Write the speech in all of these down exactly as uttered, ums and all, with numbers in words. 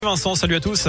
Vincent, salut à tous.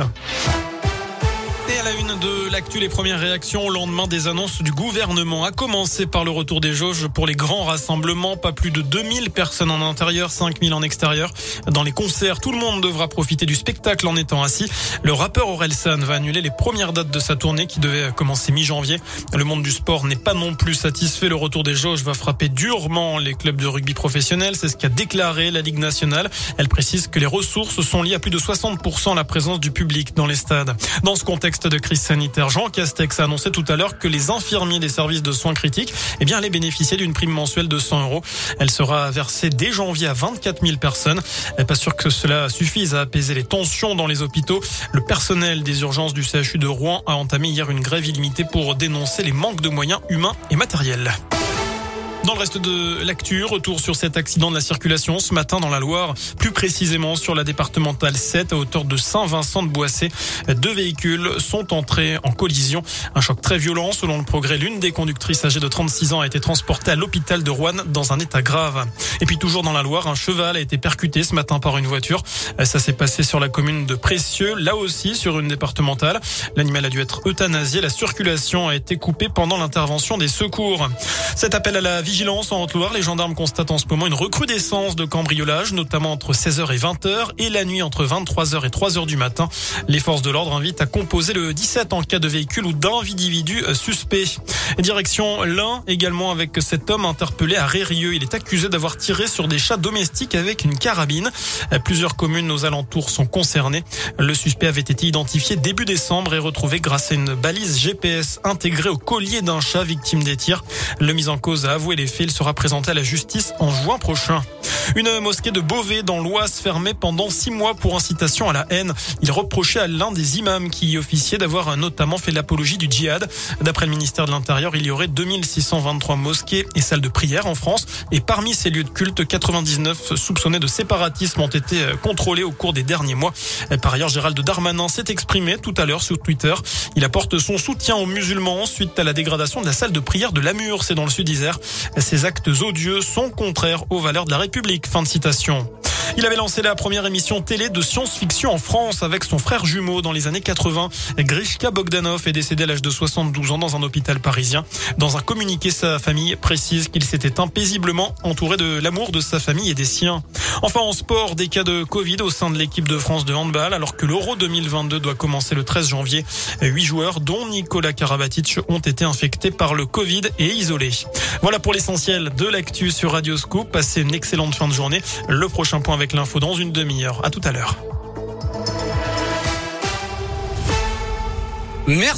Et à la une de l'actu, les premières réactions au lendemain des annonces du gouvernement, à commencer par le retour des jauges pour les grands rassemblements. Pas plus de deux mille personnes en intérieur, cinq mille en extérieur. Dans les concerts, tout le monde devra profiter du spectacle en étant assis. Le rappeur Orelsan va annuler les premières dates de sa tournée qui devait commencer mi-janvier. Le monde du sport n'est pas non plus satisfait. Le retour des jauges va frapper durement les clubs de rugby professionnels. C'est ce qu'a déclaré la Ligue nationale. Elle précise que les ressources sont liées à plus de soixante pour cent à la présence du public dans les stades. Dans ce contexte de crise sanitaire, Jean Castex a annoncé tout à l'heure que les infirmiers des services de soins critiques eh bien, allaient bénéficier d'une prime mensuelle de cent euros. Elle sera versée dès janvier à vingt-quatre mille personnes. Pas sûr que cela suffise à apaiser les tensions dans les hôpitaux. Le personnel des urgences du C H U de Rouen a entamé hier une grève illimitée pour dénoncer les manques de moyens humains et matériels. Dans le reste de l'actu, retour sur cet accident de la circulation ce matin dans la Loire, plus précisément sur la départementale sept à hauteur de Saint-Vincent-de-Boissé. Deux véhicules sont entrés en collision. Un choc très violent. Selon le Progrès, l'une des conductrices âgées de trente-six ans a été transportée à l'hôpital de Roanne dans un état grave. Et puis toujours dans la Loire, un cheval a été percuté ce matin par une voiture. Ça s'est passé sur la commune de Précieux, là aussi sur une départementale. L'animal a dû être euthanasié. La circulation a été coupée pendant l'intervention des secours. Cet appel à la vigilance en Haute-Loire, les gendarmes constatent en ce moment une recrudescence de cambriolage, notamment entre seize heures et vingt heures et la nuit entre vingt-trois heures et trois heures du matin. Les forces de l'ordre invitent à composer le dix-sept en cas de véhicule ou d'individu suspect. Direction l'Ain également avec cet homme interpellé à Rérieux. Il est accusé d'avoir tiré sur des chats domestiques avec une carabine. Plusieurs communes aux alentours sont concernées. Le suspect avait été identifié début décembre et retrouvé grâce à une balise G P S intégrée au collier d'un chat victime des tirs. Le mis en cause a avoué les faits. Il sera présenté à la justice en juin prochain. Une mosquée de Beauvais dans l'Oise fermée pendant six mois pour incitation à la haine. Il reprochait à l'un des imams qui y officiait d'avoir notamment fait l'apologie du djihad. D'après le ministère de l'Intérieur, il y aurait deux mille six cent vingt-trois mosquées et salles de prière en France. Et parmi ces lieux de culte, quatre-vingt-dix-neuf soupçonnés de séparatisme ont été contrôlés au cours des derniers mois. Par ailleurs, Gérald Darmanin s'est exprimé tout à l'heure sur Twitter. Il apporte son soutien aux musulmans suite à la dégradation de la salle de prière de Lamur, c'est dans le Sud-Isère. Ces actes odieux sont contraires aux valeurs de la République. Fin de citation. Il avait lancé la première émission télé de science-fiction en France avec son frère jumeau dans les années quatre-vingts. Grishka Bogdanov est décédé à l'âge de soixante-douze ans dans un hôpital parisien. Dans un communiqué, sa famille précise qu'il s'était éteint paisiblement, entouré de l'amour de sa famille et des siens. Enfin, en sport, des cas de Covid au sein de l'équipe de France de handball, alors que l'Euro deux mille vingt-deux doit commencer le treize janvier. Huit joueurs, dont Nicolas Karabatic, ont été infectés par le Covid et isolés. Voilà pour l'essentiel de l'actu sur Radio Scoop. Passez une excellente fin de journée. Le prochain point avec l'info dans une demi-heure. À tout à l'heure. Merci.